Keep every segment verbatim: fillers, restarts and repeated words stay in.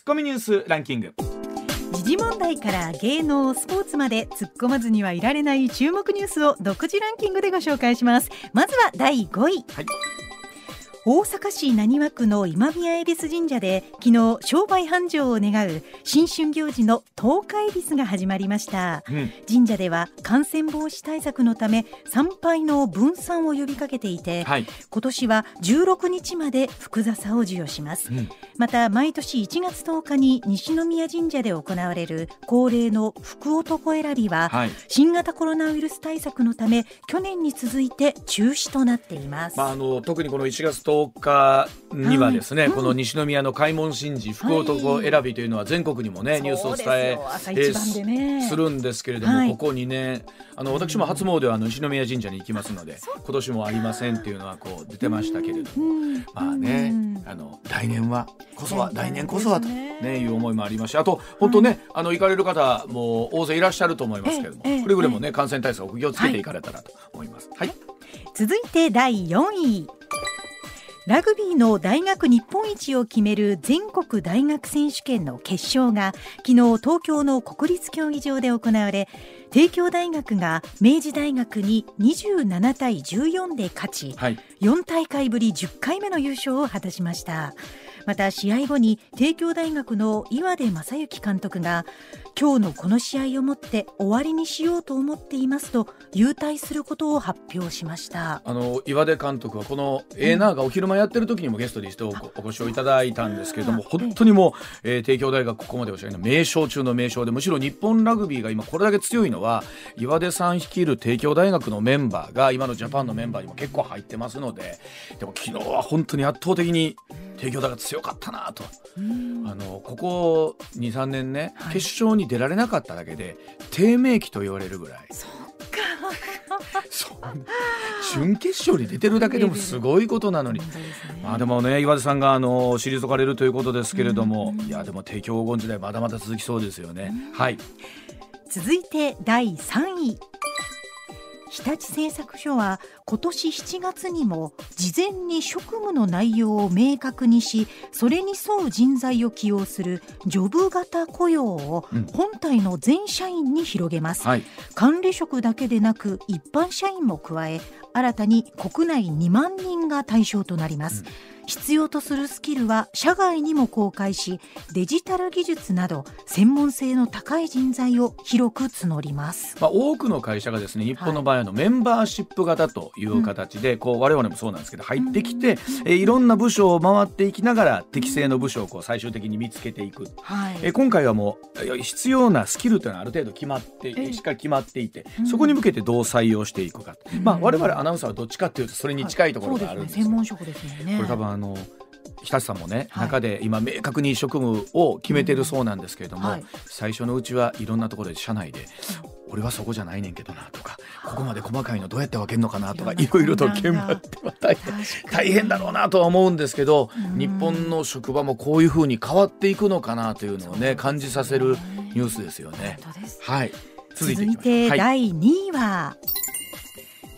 コミニュースランキング。 時事問題から芸能スポーツまで突っ込まずにはいられない注目ニュースを独自ランキングでご紹介します。まずはだいごい、はい、大阪市浪速区の今宮恵比寿神社で昨日商売繁盛を願う新春行事の十日恵比寿が始まりました、うん、神社では感染防止対策のため参拝の分散を呼びかけていて、はい、今年はじゅうろくにちまで福笹を授与します、うん、また毎年いちがつとおかに西宮神社で行われる恒例の福男選びは、はい、新型コロナウイルス対策のため去年に続いて中止となっています、 まあ、あの特にこのいちがつとおかにはですね、はい、この西宮の開門神事福男選びというのは全国にもね、はい、ニュースを伝え、 朝一番でね、 するんですけれども、はい、ここにねんあの私も初詣はあの西宮神社に行きますので今年もありませんっていうのはこう出てましたけれども、まあね、あの来年はこそは来年こそはと、ね、いう思いもありまして、あと本当ね、はい、あの行かれる方も大勢いらっしゃると思いますけれども、くれぐれもね感染対策を気をつけていかれたらと思います、はいはい、 続いてだいよんい、ラグビーの大学日本一を決める全国大学選手権の決勝が昨日東京の国立競技場で行われ、帝京大学が明治大学ににじゅうななたいじゅうよんで勝ち、はい、よんたいかいぶりじゅっかいめの優勝を果たしました。また試合後に帝京大学の岩出正幸監督が今日のこの試合をもって終わりにしようと思っていますと勇退することを発表しました。 あの岩出監督はこのエーナーがお昼間やってる時にもゲストでしてお越しをいただいたんですけれども、本当にもう、えー、帝京大学ここまでおっしゃる名将中の名将で、むしろ日本ラグビーが今これだけ強いのは岩出さん率いる帝京大学のメンバーが今のジャパンのメンバーにも結構入ってますので、でも昨日は本当に圧倒的に帝京大学強かったなと。あのここ にさんねんね、はい、決勝に出られなかっただけで低迷期と言われるぐらい。 そっかそう準決勝に出てるだけでもすごいことなのに、ね、まあ、でもね岩出さんがあの退かれるということですけれども、いやでも帝京黄金時代まだまだ続きそうですよね、はい、 続いてだいさんい、日立製作所は今年しちがつにも事前に職務の内容を明確にし、それに沿う人材を起用するジョブ型雇用を本体の全社員に広げます、うん、はい、管理職だけでなく一般社員も加え新たに国内にまんにんが対象となります、うん、必要とするスキルは社外にも公開し、デジタル技術など専門性の高い人材を広く募ります、 まあ、多くの会社がですね、日本の場合のメンバーシップ型という形で、はい、こう我々もそうなんですけど入ってきて、うん、えいろんな部署を回っていきながら適正の部署をこう最終的に見つけていく、はい、え今回はもう必要なスキルというのはある程度決まってしっかり決まっていて、そこに向けてどう採用していくか、うん、まあ、我々アナウンサーはどっちかというとそれに近いところがあるんですけど、 はい、そうですね、専門職ですもんね。これ多分あの日立さんもね、はい、中で今明確に職務を決めてるそうなんですけれども、うん、はい、最初のうちはいろんなところで社内で、うん、俺はそこじゃないねんけどなとか、ここまで細かいのどうやって分けるのかなとか、いろいろと現場っては大変、大変だろうなとは思うんですけど、うん、日本の職場もこういうふうに変わっていくのかなというのをね感じさせるニュースですよね。 本当です。 はい、 続いていきましょう。続いてだいにいは、はい、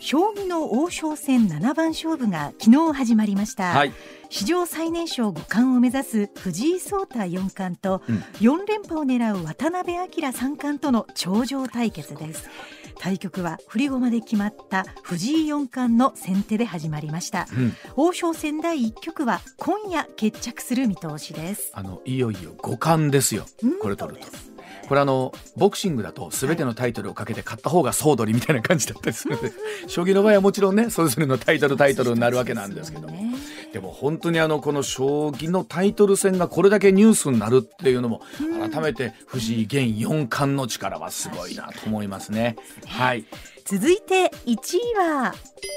将棋の王将戦ななばん勝負が昨日始まりました、はい、史上最年少五冠を目指す藤井聡太四冠と、うん、よんれんぱを狙う渡辺明三冠との頂上対決です。対局は振り駒で決まった藤井四冠の先手で始まりました、うん、王将戦だいいっきょくは今夜決着する見通しです。 あのいよいよ五冠ですよ、うん、これ取ると。これあのボクシングだと全てのタイトルをかけて勝った方が総取りみたいな感じだったりするので、将棋の場合はもちろんねそれぞれのタイトルタイトルになるわけなんですけども、でも本当にあのこの将棋のタイトル戦がこれだけニュースになるっていうのも改めて藤井現四冠の力はすごいなと思いますね。はい、 続いていちいは、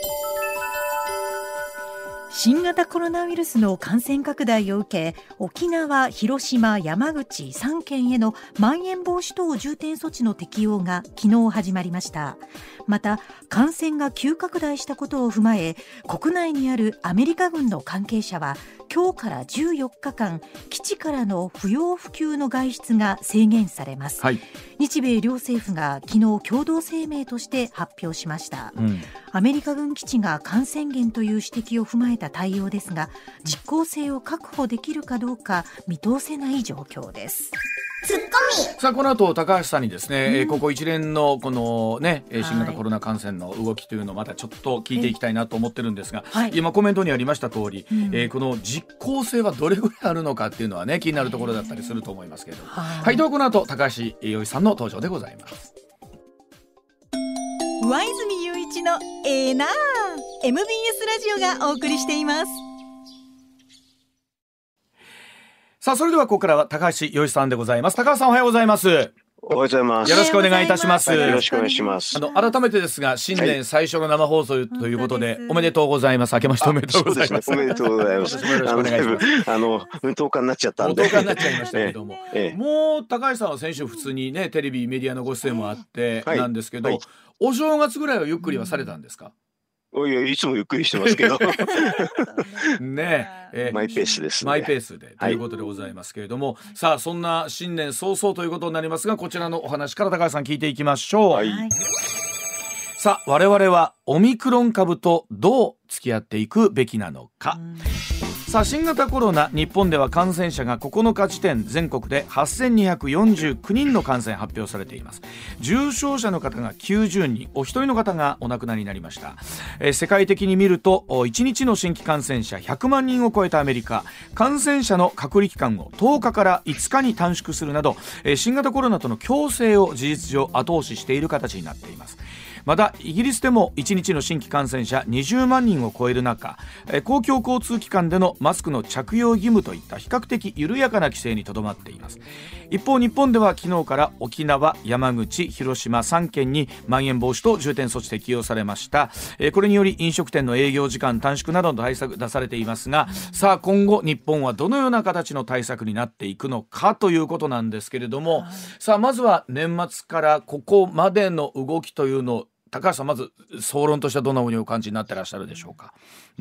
新型コロナウイルスの感染拡大を受け、沖縄、広島、山口さんけんへのまん延防止等重点措置の適用が昨日始まりました。また感染が急拡大したことを踏まえ、国内にあるアメリカ軍の関係者は今日からじゅうよっかかん基地からの不要不急の外出が制限されます、はい、日米両政府が昨日共同声明として発表しました、うん、アメリカ軍基地が感染源という指摘を踏まええた対応ですが、実効性を確保できるかどうか見通せない状況です。 ツッコミ。 さあこの後高橋さんにですね、うん、ここ一連のこのね新型コロナ感染の動きというのをまたちょっと聞いていきたいなと思ってるんですが、はい、今コメントにありました通り、うん、えー、この実効性はどれぐらいあるのかっていうのはね気になるところだったりすると思いますけれども、はい、はい、ではこの後高橋洋一さんの登場でございます。 上泉雄一のエーナー エムビーエス ラジオがお送りしています。 さあそれではここからは高橋洋一さんでございます。高橋さんおはようございます。 おはようございます。 よろしくお願いいたします。 よろしくお願いします。 あの改めてですが新年最初の生放送ということで、はい、おめでとうございます。明けましておめでとうございます。 おめでとうございます。よろしくお願いします。あのとおかになっちゃったんで。 とおかになっちゃいましたけども、ええ、もう高橋さんは先週普通にねテレビメディアのご出演もあってなんですけど、はいはい、お正月ぐらいはゆっくりはされたんですか？ いやいつもゆっくりしてますけどねえー、マイペースですね。 マイペースでということでございますけれども、はい、さあそんな新年早々ということになりますがこちらのお話から高橋さん聞いていきましょう。はい、さあ我々はオミクロン株とどう付き合っていくべきなのか。さあ新型コロナ日本では感染者がここのか時点全国ではっせんにひゃくよんじゅうきゅうにんの感染発表されています。重症者の方がきゅうじゅうにん、お一人の方がお亡くなりになりました。えー、世界的に見るといちにちの新規感染者ひゃくまんにんを超えたアメリカ、感染者の隔離期間をとおかからいつかに短縮するなど、えー、新型コロナとの共生を事実上後押ししている形になっています。またイギリスでもいちにちの新規感染者にじゅうまんにんを超える中、公共交通機関でのマスクの着用義務といった比較的緩やかな規制にとどまっています。一方日本では昨日から沖縄、山口、広島さんけんにまん延防止等重点措置適用されました。これにより飲食店の営業時間短縮などの対策出されていますが、さあ今後日本はどのような形の対策になっていくのかということなんですけれども、さあまずは年末からここまでの動きというのを高橋さんまず総論としてはどんなふうにお感じになってらっしゃるでしょうか？うん、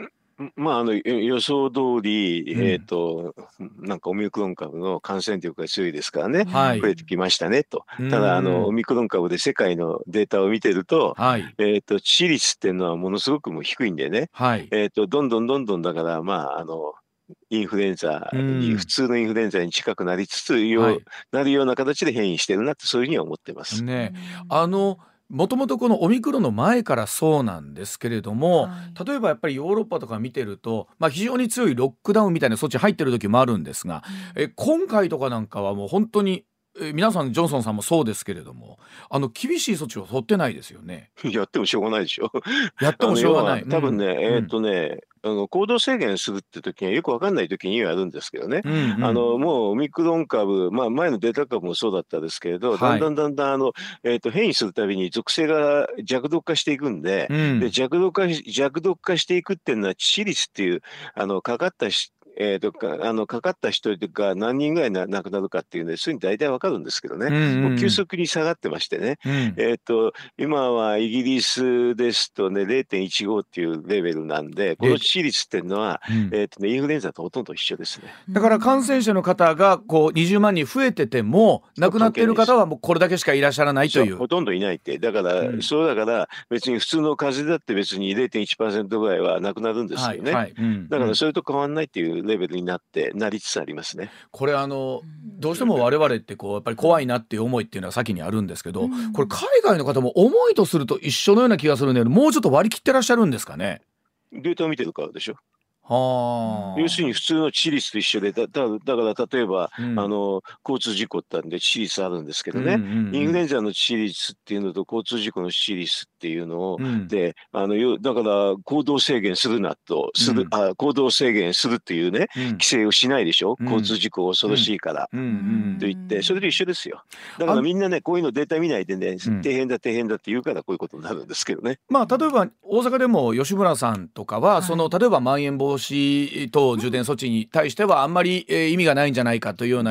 まあ、あの予想通り、うん、えーと、なんかオミクロン株の感染力が強いですからね、はい、増えてきましたねと。ただあのオミクロン株で世界のデータを見てると、はい、えーと致死率っていうのはものすごくもう低いんでね、はい、えーとどんどんどんどんだからまああのインフルエンザに、普通のインフルエンザに近くなりつつよ、はい、なるような形で変異してるなってそういうふうには思ってます。 ね、あのもともとこのオミクロンの前からそうなんですけれども、はい、例えばやっぱりヨーロッパとか見てると、まあ、非常に強いロックダウンみたいな措置入ってる時もあるんですが、うん、え今回とかなんかはもう本当にえ皆さんジョンソンさんもそうですけれどもあの厳しい措置を取ってないですよね。 やってもしょうがないでしょ。 やってもしょうがない。 多分ね、うん、えー、っとね、 うん、あの行動制限するって時にはよく分かんない時にはやるんですけどね、うんうん、あのもうオミクロン株、まあ、前のデルタ株もそうだったですけれど、はい、だんだんだんだんあの、えー、っと変異するたびに属性が弱毒化していくんで、うん、で弱毒化弱毒化していくっていうのは致死率っていうあのかかったしえー、とかあのかかった人が何人ぐらいな亡くなるかっていうのでそういうの大体わかるんですけどね、うんうん、もう急速に下がってましてね、うん、えー、と今はイギリスですとね ゼロてんいちご っていうレベルなんでこの致死率っていうのは、うんえーとね、インフルエンザとほとんど一緒ですね。 だから感染者の方がこうにじゅうまんにん増えてても亡くなっている方はもうこれだけしかいらっしゃらないという。 ほとんどいないってだから、うん、そうだから別に普通の風邪だって別に ゼロてんいちパーセント ぐらいはなくなるんですよね、はいはいうん、だからそれと変わんないっていうレベルになってなりつつありますね。 これあのどうしても我々ってこうやっぱり怖いなっていう思いっていうのは先にあるんですけど、うん、これ海外の方も思いとすると一緒のような気がするんだけどもうちょっと割り切ってらっしゃるんですかね。 データを見てるからでしょ。 は要するに普通の致死率と一緒で だ, だ, だから例えば、うん、あの交通事故ってあるんで致死率あるんですけどね、うんうんうん、インフルエンザの致死率っていうのと交通事故の致死率っていうのを、うん、であのよだから行動制限するなとする、うん、あ行動制限するっていうね、うん、規制をしないでしょ、うん、交通事故恐ろしいから、うんうん、と言ってそれと一緒ですよ。だからみんなねこういうのデータ見ないでね底辺だ底辺だって言うからこういうことになるんですけどね。 まあ例えば大阪でも吉村さんとかは、はい、その例えばまん延防止等重点措置に対してはあんまり、えー、意味がないんじゃないかというような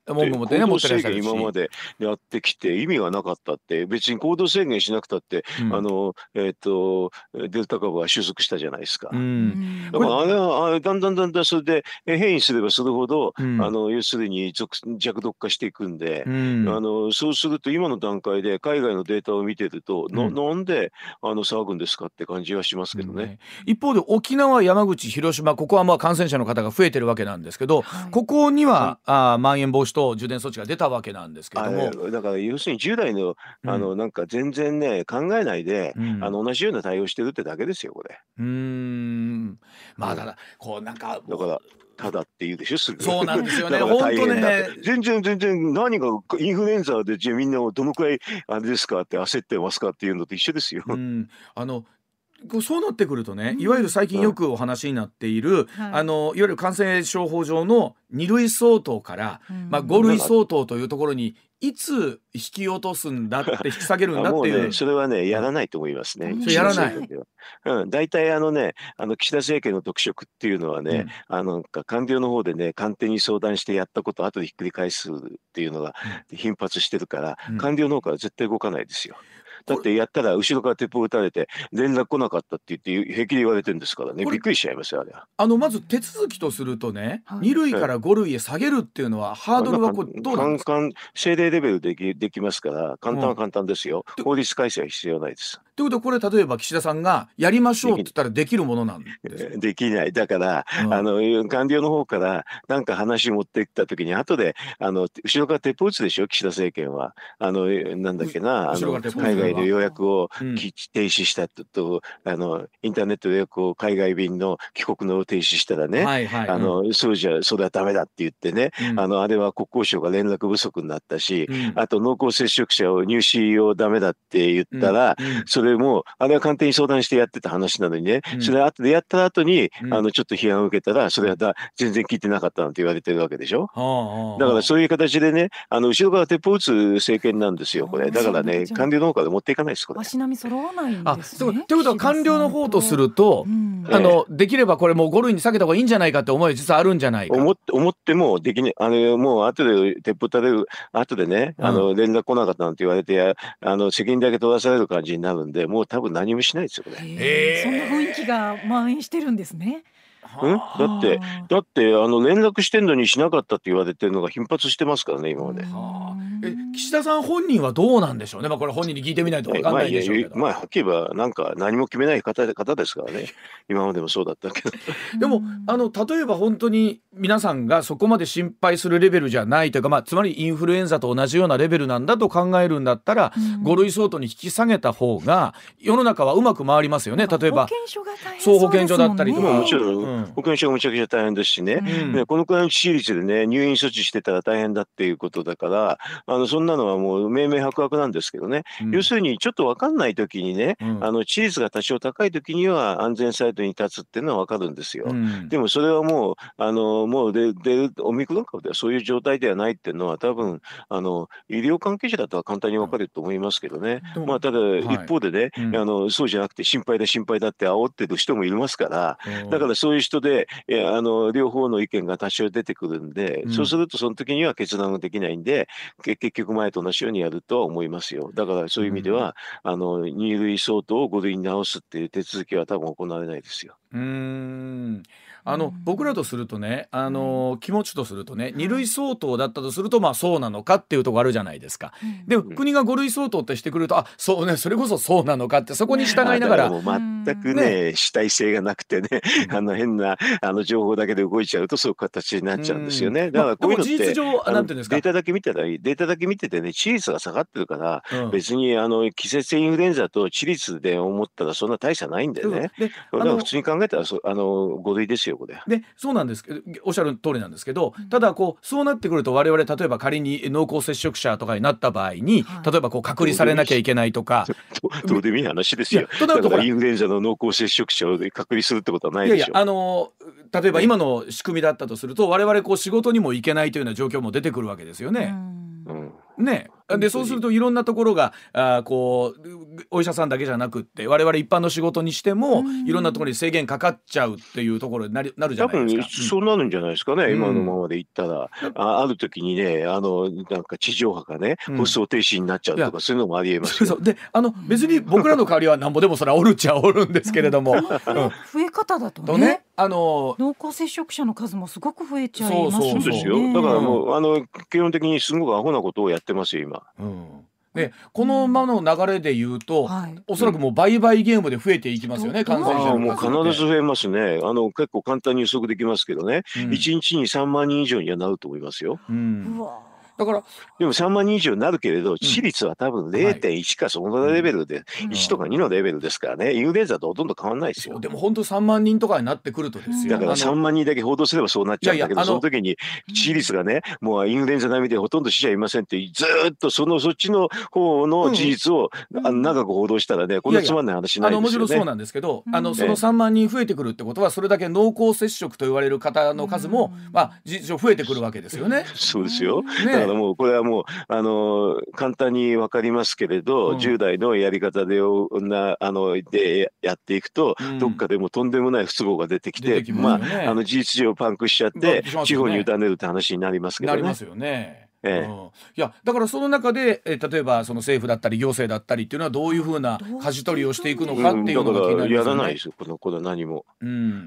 文句持ってね、持ってらっしゃるし。 今までやってきて意味がなかったって、別に行動制限しなくたって、うん、あのえっ、ー、とデルタ株は収束したじゃないですか。うん、だからあれはあれだんだんだんだんそれで変異すればするほど、うん、あの要するに弱毒化していくんで、うん、あのそうすると今の段階で海外のデータを見てると、うん、な, なんであの騒ぐんですかって感じはしますけどね。うんね、 一方で沖縄、山口、広島、ここはまあ感染者の方が増えてるわけなんですけど、はい、ここには、うん、あまん延防止等重点措置が出たわけなんですけども、 だから要するに従来のあの、うん、なんか全然ね考えないで、うん、あの同じような対応してるってだけですよこれ。 うーんまあだからこうなんかだからただって言うでしょすぐ。 そうなんですよね。本当ね。 全然全然何がインフルエンザでじゃあみんなどのくらいあれですかって焦ってますかっていうのと一緒ですよ。 うん、あのそうなってくるとね、いわゆる最近よくお話になっている、うん、あのいわゆる感染症法上のに類相当から、うん、まあ、ご類相当というところにいつ引き落とすんだって引き下げるんだっていう。 もうね、それはねやらないと思いますね。 うん、それやらない。 うん、大体あのねあの岸田政権の特色っていうのはね、うん、あの官僚の方でね官邸に相談してやったことを後でひっくり返すっていうのが頻発してるから、うん、官僚の方から絶対動かないですよ。だってやったら後ろから鉄砲撃たれて連絡来なかったって言って平気で言われてるんですからね。びっくりしちゃいますよあれは。 あのまず手続きとするとね、はい、に類からご類へ下げるっていうのはハードルはこうどうなんですか。 政令レベルで き, できますから簡単は簡単ですよ、うん、法律改正は必要ないです。 ということはこれ例えば岸田さんがやりましょうって言ったらできるものなんですか。 できない。だから、うん、あの官僚の方からなんか話持ってきた時に後であの後ろから鉄砲撃つでしょ岸田政権は。あのなんだっけな、あの海外の予約を停止したと、うん、あのインターネット予約を海外便の帰国の停止したらね、はいはい、あの、うん、そうじゃそれはダメだって言ってね、うん、あのあれは国交省が連絡不足になったし、うん、あと濃厚接触者を入試をダメだって言ったら、うんうん、それもあれは官邸に相談してやってた話なのにね、うん、それ後でやった後に、うん、あのちょっと批判を受けたらそれはだ全然聞いてなかったなんて言われてるわけでしょ、うん、だからそういう形でねあの後ろから鉄砲撃つ政権なんですよこれ。だからね官僚の方から持っていかないですこれ。 足並み揃わないんですね。 ということは官僚の方とすると、うん、あのできればこれもうご類に下げた方がいいんじゃないかって思い実はあるんじゃないか。 思って思ってもできない。あのもう後で鉄砲撃たれる後でね、うん、あの連絡来なかったなんて言われてあの責任だけ取らされる感じになるんでもう多分何もしないですよこれ。 へー、そんな雰囲気が蔓延してるんですね。 うん、だってだってあの連絡してんのにしなかったって言われてるのが頻発してますからね今まで。 はあ、え岸田さん本人はどうなんでしょうね。まあこれ本人に聞いてみないと分かんないんでしょうけど、 まあ、まあ、はっきり言えばなんか何も決めない方方ですからね今までもそうだったけどでもあの例えば本当に皆さんがそこまで心配するレベルじゃないというか、まあ、つまりインフルエンザと同じようなレベルなんだと考えるんだったらご類相当に引き下げた方が世の中はうまく回りますよね。例えば保健所が大変そう保健所だったりとか、 もちろん、うん、保健所がむちゃくちゃ大変ですしね、うんね、このくらいの致死率でね入院措置してたら大変だっていうことだからあのそんなのはもう明明白々なんですけどね、うん、要するにちょっと分かんない時にね、うん、あの致死率が多少高い時には安全サイトに立つっていうのは分かるんですよ、うん、でもそれはもうあのもうででオミクロン株ではそういう状態ではないっていうのは多分あの医療関係者だったら簡単に分かると思いますけどね、うん、まあただ一方でね、はい、あのそうじゃなくて心配だ心配だって煽ってる人もいますから、だからそういう人でいやあの両方の意見が多少出てくるんで、うん、そうするとその時には決断ができないんで結局前と同じようにやるとは思いますよ。だからそういう意味では、うん、あのに類相当をご類に直すっていう手続きは多分行われないですよ。 うーんあの僕らとするとねあの気持ちとするとねに類相当だったとするとまあそうなのかっていうところあるじゃないですか、うん、でも国がご類相当ってしてくるとあそうねそれこそそうなのかってそこに従いながらもう全くね、ね主体性がなくてねあの変なあの情報だけで動いちゃうとそういう形になっちゃうんですよね。だからこういうのって、まあ、事実上なんていうんですかデータだけ見てたらデータだけ見ててね致死率が下がってるから、うん、別にあの季節性インフルエンザと致死率で思ったらそんな大差ないんでね。でだから普通に考えたらそあのご類ですよこれ。 でそうなんですけどおっしゃる通りなんですけど、ただこうそうなってくると我々例えば仮に濃厚接触者とかになった場合に、はい、例えばこう隔離されなきゃいけないとかどうでもいい話ですよ。だからインフルエンザの濃厚接触者を隔離するってことはないでしょ。いやいやあの例えば今の仕組みだったとすると我々こう仕事にも行けないというような状況も出てくるわけですよね。 うんね、でそうするといろんなところがあこうお医者さんだけじゃなくって我々一般の仕事にしてもいろんなところに制限かかっちゃうっていうところになる、なるじゃないですか。 多分そうなるんじゃないですかね、うん、今のままでいったら、あ, ある時にねあのなんか地上波がね放送停止になっちゃうとか、うん、そういうのもありえますよ。 そうそうであの別に僕らの代わりはなんぼでもそれはおるっちゃおるんですけれども、うん、 増え方だと ね, とねあの濃厚接触者の数もすごく増えちゃいますよね。 そうですよ。だからもうあの基本的にすごくアホなことをやってますよ今。 うんでこのままの流れで言うと、うんはい、おそらくもう売買ゲームで増えていきますよね、うん、感染者の数って。 もう必ず増えますね。あの結構簡単に予測できますけどね、うん、いちにちにさんまんにん以上にはなると思いますよ。うん、 うわだからでもさんまんにん以上になるけれど致死率は多分 れいてんいち かそのレベルで、うん、いちとかにのレベルですからね、インフルエンザとほとんど変わらないですよ。 でも本当さんまんにんとかになってくるとですよ、 だからさんまんにんだけ報道すればそうなっちゃうんだけど、いやいやその時に致死率がねもうインフルエンザ並みでほとんど死者いませんってずっとそのそっちの方の事実を、うん、あの長く報道したらねこんなつまんない話ないですよね。いやいやあのもちろんそうなんですけど、あのそのさんまんにん増えてくるってことはそれだけ濃厚接触と言われる方の数も、うん、まあ事実上増えてくるわけですよね。 そうですよ、ね、だからもうこれはもうあの簡単に分かりますけれど、うん、従来のやり方でなあのでやっていくと、うん、どっかでもとんでもない不都合が出てきて、まあ、あの事実上パンクしちゃって、ね、地方に委ねるって話になりますけどね。 なりますよね。 ええうん、いやだからその中で、えー、例えばその政府だったり行政だったりっていうのはどういうふうな舵取りをしていくのかっていうのが気になりますよね。 うん、だからやらないですよこのこれは何も、うん、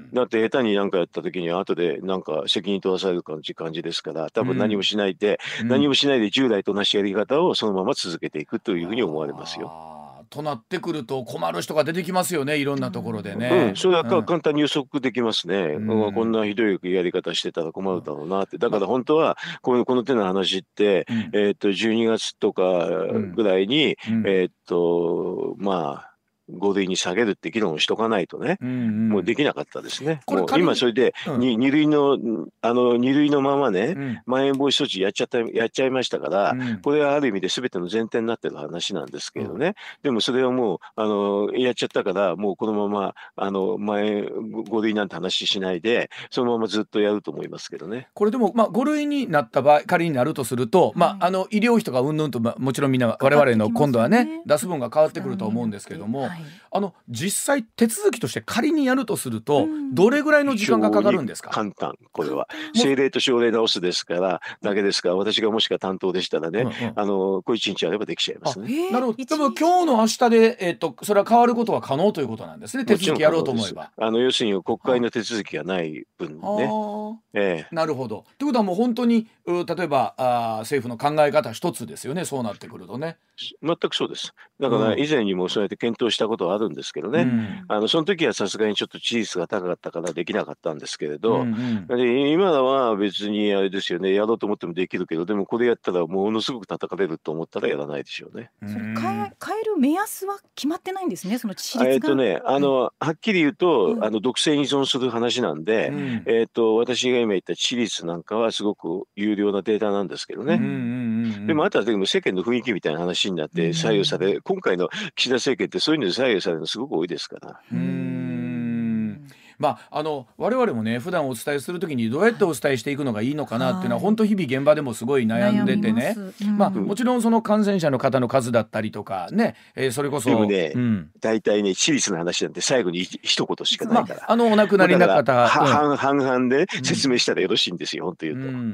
だって下手に何かやった時には後でなんか責任取らされる感じ感じですから多分何もしないで、うん、何もしないで従来と同じやり方をそのまま続けていくというふうに思われますよ。 となってくると困る人が出てきますよね、いろんなところでね。 うん、それは、うん、簡単に予測できますね、うん、こんなひどいやり方してたら困るだろうなって。だから本当はこの、この手の話って、うん、えー、っとじゅうにがつとかぐらいに、うん、えー、っとまあご類に下げるって議論をしとかないとね、うんうん、もうできなかったですね。もう今それで 2,、うん、に類のあのに類のままね、うん、まん延防止措置やっちゃったやっちゃいましたから、うん、これはある意味で全ての前提になってる話なんですけどね、うん、でもそれをもうあのやっちゃったからもうこのままあのまん延ご類なんて話しないでそのままずっとやると思いますけどね。 これでも、まあ、ご類になった場合仮になるとすると、はい、まあ、あの医療費とかうんぬんと、まあ、もちろんみんな我々の今度はね出す分が変わってくると思うんですけども、はい、あの実際手続きとして仮にやるとすると、うん、どれぐらいの時間がかかるんですか？ 簡単、これは政令と省令直すですからだけですから、私がもしか担当でしたらね、うんうん、あのこういちにちあればできちゃいますね。 なるほど。でも今日の明日で、えー、とそれは変わることは可能ということなんですね、手続きやろうと思えば。 あの要するに国会の手続きがない分ね。 ええ、なるほど。ということはもう本当に例えばあ政府の考え方一つですよね、そうなってくるとね。 全くそうです。だから以前にもそうやって検討したことはあるんですけどね、うん、あのその時はさすがにちょっと致死率が高かったからできなかったんですけれど、うんうん、で今は別にあれですよね、やろうと思ってもできるけど、でもこれやったらものすごく叩かれると思ったらやらないでしょうね。 それ変え、変える目安は決まってないんですね、その致死率が。 えーとね、あのはっきり言うと、うん、あの毒性に依存する話なんで、うん、えーと私が今言った致死率なんかはすごく有料なデータなんですけどね、うんうんうんうん、でもあとはでも世間の雰囲気みたいな話になって左右され、うん、今回の岸田政権ってそういうので左右されるのすごく多いですから。 うーん、まあ、あの我々もね普段お伝えするときにどうやってお伝えしていくのがいいのかなっていうのは、はい、本当日々現場でもすごい悩んでてね、うん、まあ、もちろんその感染者の方の数だったりとかね、えー、それこそでもね、うん、大体ね致死率の話なんて最後に一言しかないから、まあ、 あのお亡くなりな方、うん、 半半々で説明したらよろしいんですよ、うん、本当言うと、うんうんうんうん、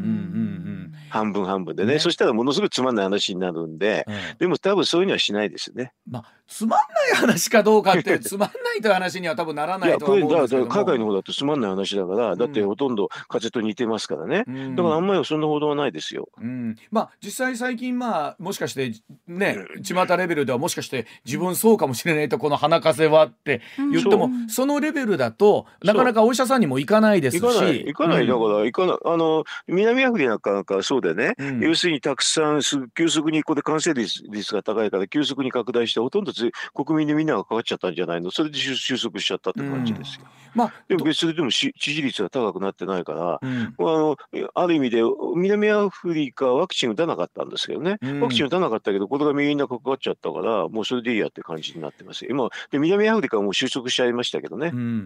半分半分でね、ね、そしたらものすごいつまんない話になるんで、うん、でも多分そういうのはしないですね。 まあ、つまんない話かどうかってつまんないという話には多分ならないとは思うんですけども、 いやこれだ海外の方だとつまんない話だから、だってほとんど風邪と似てますからね、うん、だからあんまりそんな報道はないですよ、 うん、まあ実際最近まあもしかしてね巷レベルではもしかして自分そうかもしれないとこの鼻風邪はって言っても、うん、そのレベルだとなかなかお医者さんにも行かないですし、 行かない行かない、だから行かない、あの南アフリカなんかそうでね、うん、要するにたくさん急速にここで感染率が高いから急速に拡大してほとんど国民でみんながかかっちゃったんじゃないの、それで収束しちゃったって感じですよ、うん、まあ、でも別にでも致死率が高くなってないから、うん、あのある意味で南アフリカはワクチン打たなかったんですけどね、うん、ワクチン打たなかったけどこれがみんなかかっちゃったからもうそれでいいやって感じになってます今で南アフリカはもう収束しちゃいましたけどね、うん、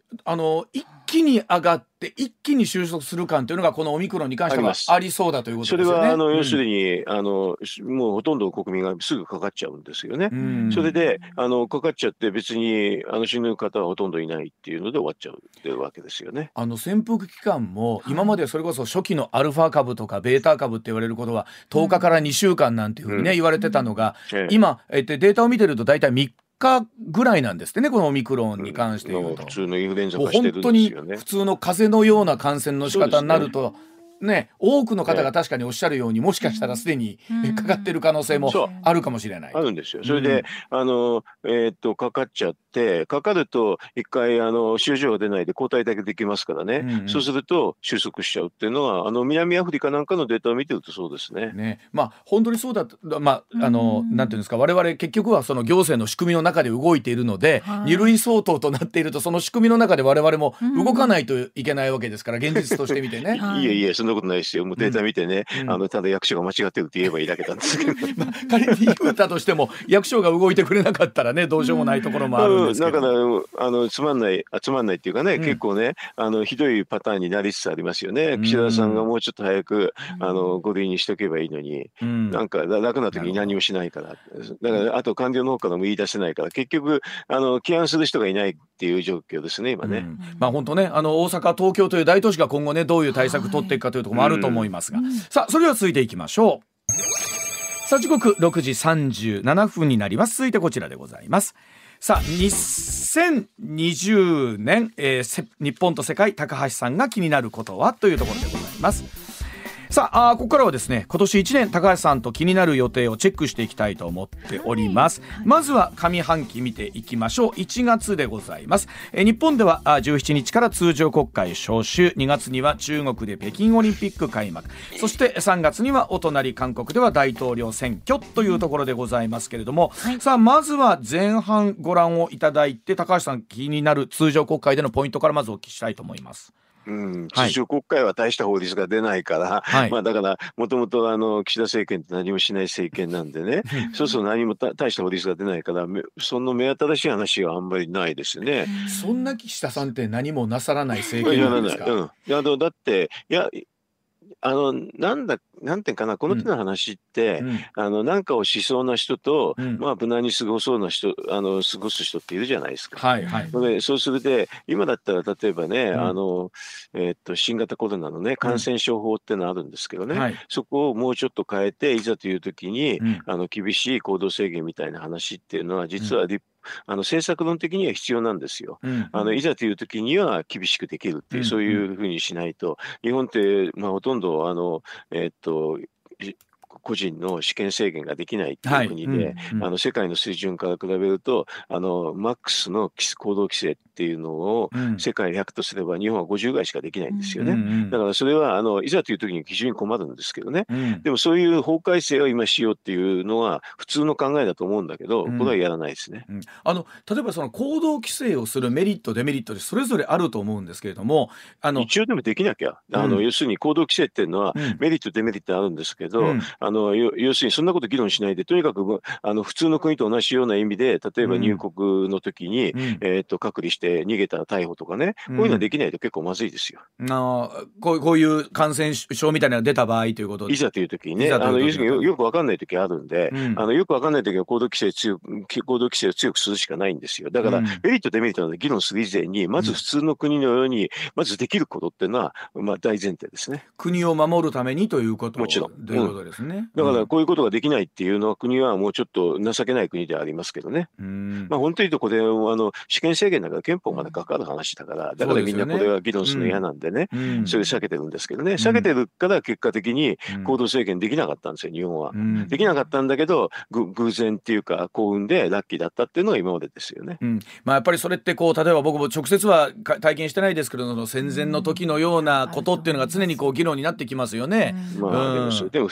あの一気に上がって一気に収束する感というのがこのオミクロンに関してはありそうだということですよね。 それはあの要するに、うん、あのもうほとんど国民がすぐかかっちゃうんですよね。うん、それであのかかっちゃって別にあの死ぬ方はほとんどいないっていうので終わっちゃうっていうわけですよね。 あの潜伏期間も今までそれこそ初期のアルファ株とかベータ株って言われることはとおかからにしゅうかんなんていうふうにね、うん、言われてたのが、うん、今、えっと、データを見てると大体みっかぐらいなんですってね、このオミクロンに関して言うと、 うん、普通のインフルエンザ化してるんですよね。 本当に普通の風邪のような感染の仕方になるとね、多くの方が確かにおっしゃるように、もしかしたらすでにかかってる可能性もあるかもしれない。 あるんですよ。それで、うん、あのえー、っとかかっちゃってかかると一回あの症状が出ないで抗体だけできますからね、うんうん、そうすると収束しちゃうっていうのはあの南アフリカなんかのデータを見てるとそうですね。 ね、まあ本当にそうだ、まああのなんていうんですか、我々結局はその行政の仕組みの中で動いているので、はい、に類相当となっているとその仕組みの中で我々も動かないといけないわけですから、現実として見てね。 いえいえ、そんなことないですよ。もうデータ見てね、うん、あのただ役所が間違ってるって言えばいいだけなんですけど、 まあ、仮に言ったとしても役所が動いてくれなかったらね、どうしようもないところもあるんですけど、 だからあのつまんないつまんないっていうかね、うん、結構ねあのひどいパターンになりつつありますよね。うん、岸田さんがもうちょっと早くあのご類にしとけばいいのに、うん、なんか楽な時に何もしないから、だからあと官僚の方からも言い出せないから、結局あの起案する人がいないっていう状況ですね今ね。うん、 まあ本当ね、あの大阪東京という大都市が今後ねどういう対策取っていくかというところもあると思いますが、はい、さあそれでは続いていきましょう。さあ時刻ろくじさんじゅうななふんになります。続いてこちらでございます。さあにせんにじゅうねん、えー、日本と世界高橋さんが気になることはというところでございます。さあ、あここからはですね、今年いちねん高橋さんと気になる予定をチェックしていきたいと思っております。はい、まずは上半期見ていきましょう。いちがつでございます。え日本ではじゅうしちにちから通常国会召集、にがつには中国で北京オリンピック開幕、そしてさんがつにはお隣韓国では大統領選挙というところでございますけれども、はい、さあまずは前半ご覧をいただいて、高橋さん気になる通常国会でのポイントからまずお聞きしたいと思います。 うん、通常国会は大した法律が出ないから、はい、まあだからもともとあの岸田政権って何もしない政権なんでねそうそう何も大した法律が出ないから、その目新しい話はあんまりないですね。 そんな岸田さんって何もなさらない政権なんですか？ いや、うん、いやだっていやあのなんだなんていうかな、この手の話って、うん、あのなんかをしそうな人と、うん、まあ無難に過ごそうな人、あの過ごす人っているじゃないですか。 はいはい、 でそうすると今だったら例えばね、うん、あのえー、っと新型コロナのね感染症法ってのあるんですけどね、うんはい、そこをもうちょっと変えていざという時に、うん、あの厳しい行動制限みたいな話っていうのは実は立、うんあの政策論的には必要なんですよ。うん、あのいざという時には厳しくできるっていう、うん、そういうふうにしないと、日本って、まあ、ほとんどあの、えー、っと個人の私権制限ができないっていう国で、はいうんうん、あの世界の水準から比べるとあのマックスの行動規制っていうのを世界ひゃくとすれば日本はごじゅうぐらいしかできないんですよね。うんうん、だからそれはあのいざという時に非常に困るんですけどね、うん、でもそういう法改正を今しようっていうのは普通の考えだと思うんだけど、これはやらないですね。 うんうん、あの例えばその行動規制をするメリットデメリットでそれぞれあると思うんですけれども、あの一応でもできなきゃあの、うん、要するに行動規制っていうのはメリットデメリットあるんですけど、うん、あの要するにそんなこと議論しないで、とにかくあの普通の国と同じような意味で、例えば入国の時に、うんえー、と隔離して逃げたら逮捕とかね、こういうのはできないと結構まずいですよ。 うん、あこうこういう感染症みたいなのが出た場合ということで、 いざという時にね、あの要するに よ, よく分かんない時あるんで、うん、あのよく分かんない時は行動規制強く行動規制を強くするしかないんですよ。だから、うん、メリットデメリットなど議論する以前に、まず普通の国のようにまずできることっていうのは、まあ、大前提ですね。 国を守るためにということもちろんということですね。 うん、だからこういうことができないっていうのは国はもうちょっと情けない国ではありますけどね。うんまあ本当に言うとこれあの私権制限だから憲法まで関わる話だから、だからみんなこれは議論するの嫌なんでね、そ, で、ねうん、それ避けてるんですけどね、避けてるから結果的に行動制限できなかったんですよ日本は。うん、できなかったんだけど偶然っていうか幸運でラッキーだったっていうのが今までですよね。 うんまあ、やっぱりそれってこう例えば僕も直接は体験してないですけど、戦前の時のようなことっていうのが常にこう議論になってきますよね。 まあ、うん、でもでも普通の国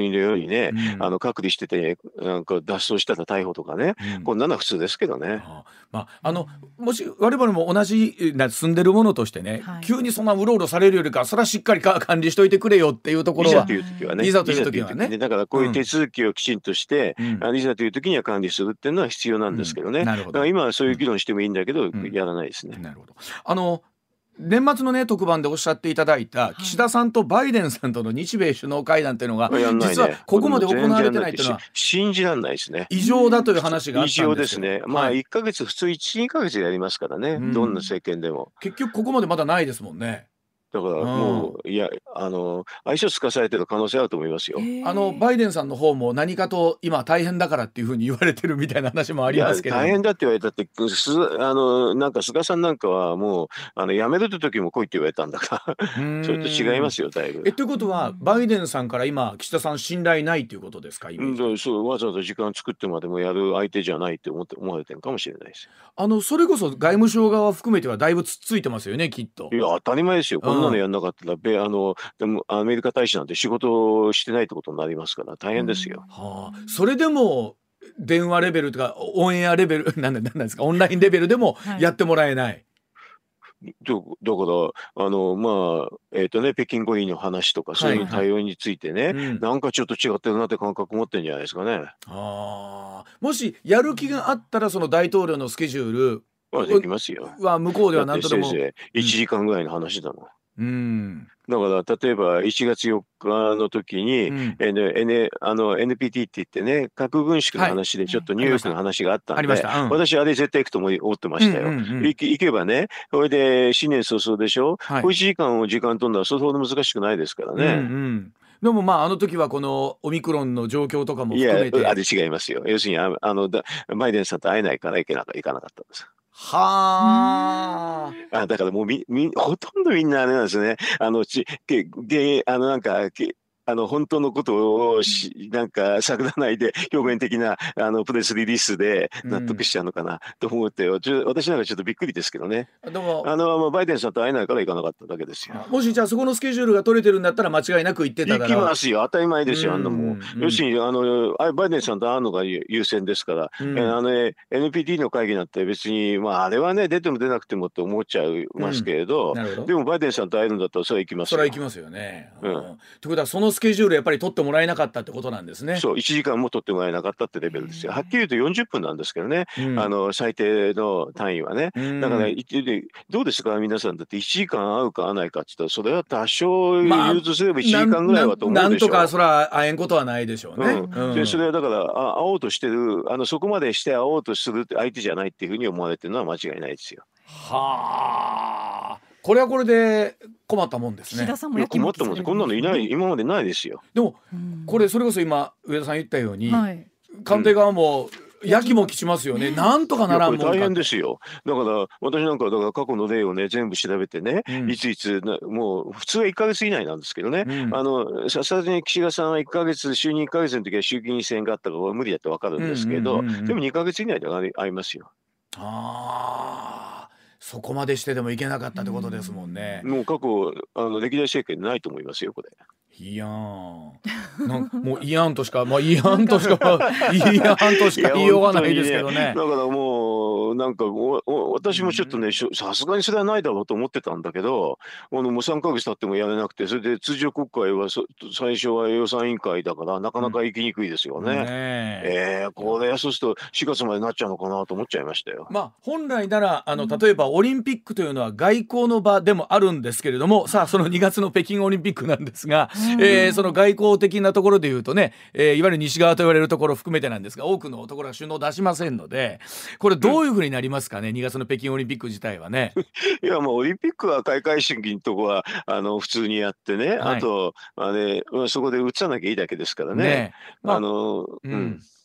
人のようにね、 うんあの隔離しててなんか脱走したら逮捕とかね、 うんこんなのは普通ですけどね。 あまあ、あのもし我々も同じな住んでるものとしてね、 はい急にそんなうろうろされるよりかそれはしっかりか管理しといてくれよっていうところはいざという時はね、 いざという時はねいざというだからこういう手続きをきちんとして、 うんあのいざという時には管理するっていうのは必要なんですけどね、 うんなるほどだから今はそういう議論してもいいんだけど、 んやらないですね。 なるほど。あの年末のね特番でおっしゃっていただいた岸田さんとバイデンさんとの日米首脳会談というのが、 やんないね、 実はここまで行われてないというのはし信じられないですね。 異常だという話があっ異たんでけど、 常ですすね。まあはいいっかげつ普通いち、にかげつやりますからね、 うんどんな政権でも。 結局ここまでまだないですもんね。 だからもう、いやあの相性つかされてる可能性あると思いますよ。 あのバイデンさんの方も何かと今大変だからっていうふうに言われてるみたいな話もあいやりますけれども、 大変だって言われたってすあのなんか菅さんなんかはもうあの辞めるって時も来いって言われたんだからそれと違いますよだいぶ。 えということはバイデンさんから今岸田さん信頼ないということですか今、 うん、だからそうわざわざ時間作ってまでもやる相手じゃないって思って思われてるかもしれないです。 あのそれこそ外務省側含めてはだいぶつっついてますよねきっと。 いや当たり前ですよ。こんなのやんなかったら、べあのでもアメリカ大使なんて仕事をしてないってことになりますから大変ですよ。 はあ、それでも電話レベルとかオンエアレベルなんでなんなんですかオンラインレベルでもやってもらえない、 だだからあのまあえっ、とね北京五輪の話とかそういう対応についてね、 うんなんかちょっと違ってるなって感覚持ってるんじゃないですかね。 あもしやる気があったらその大統領のスケジュールまあできますよ。 は向こうでは何とでもだってせいぜいいちじかんぐらいの話だもん。 うんだから例えばいちがつよっかの時に、 うん N N あの エヌピーティー って言ってね核軍縮の話でちょっとニューヨークの話があったんで、 ありましたありましたうん私あれ絶対行くと思い思ってましたよ。 うんうんうん行け行けばねそれで新年早々でしょ、 はいこういちじかんを時間取るのはそれほど難しくないですからね。 うんうんでもまああの時はこのオミクロンの状況とかもいや含めてあれ違いますよ。要するにああのだバイデンさんと会えないから行けなか行かなかったんです。 はああだからもうみみほとんどみんなあれなんですね。あのちけげあのなんかけあの本当のことをしなんか探らないで表面的なあのプレスリリースで納得しちゃうのかなと思って、ちょ私なんかちょっとびっくりですけどね。 でもあのまあバイデンさんと会えないから行かなかっただけですよ。 もしじゃあそこのスケジュールが取れてるんだったら間違いなく行ってただろう行きますよ当たり前ですよ。あんなもうんんうん要するにあのあバイデンさんと会うのが優優先ですから、 うんえあのね エヌピーティー の会議なんて別にまああれはね出ても出なくてもって思っちゃいますけれど、 なるほどでもバイデンさんと会えるんだったらそれは行きますよ。 それは行きますよね。 うんうんということはそのスケジュールやっぱり取ってもらえなかったってことなんですね。 そういちじかんも取ってもらえなかったってレベルですよ。はっきり言うとよんじゅっぷんなんですけどね、 うんあの最低の単位はね。 うんだからいでどうですか皆さんだっていちじかん会うか会わないかって言ったらそれは多少まあ融通すればいちじかんぐらいはと思なうんでしょう。 なんとかそれは会えんことはないでしょうね。 うんうんでそれはだからあ会おうとしてるあのそこまでして会おうとする相手じゃないっていうふうに思われてるのは間違いないですよ。 はあこれはこれで困ったもんですね岸田。さんもいややきもき困ったもんです。こんなのいない今までないですよ。 でもうんこれそれこそ今上田さん言ったように、 はい官邸側もやきもきしますよね。なんとかいならんもんかやこれ大変ですよ。だから私なんかだから過去の例をね全部調べてね、 うんいついつなもう普通はいっかげつ以内なんですけどね、 うんあのさすがに岸田さんはいっかげつ就任いっかげつの時は衆議院選があったから無理だってわかるんですけど、 うんうんうんうんでもにかげつ以内で会い会いますよ。 ああそこまでしてでもいけなかったってことですもんね。 もう過去あの歴代政権ないと思いますよこれ。 いやんなんもういやんとしかまあいやんとしかいやんとしか言いようがないですけどね。 だからもうなんかおお私もちょっとねしょさすがにそれはないだろうと思ってたんだけど、あのもうさんかげつ経ってもやれなくて、それで通常国会はそ最初は予算委員会だからなかなか行きにくいですよね。 ねええー、これそうするとしがつまでなっちゃうのかなと思っちゃいましたよ。 まあ本来ならあの例えばオリンピックというのは外交の場でもあるんですけれども、さあそのにがつの北京オリンピックなんですが、えーその外交的なところでいうとね、えーいわゆる西側と言われるところを含めてなんですが、多くのところが首脳を出しませんので、これどういうふうになりますかね、にがつの北京オリンピック自体はね。 いやもうオリンピックは開会式のとこはあの普通にやってね、 はいあとあれそこで映さなきゃいいだけですからね。 ねまああのううんん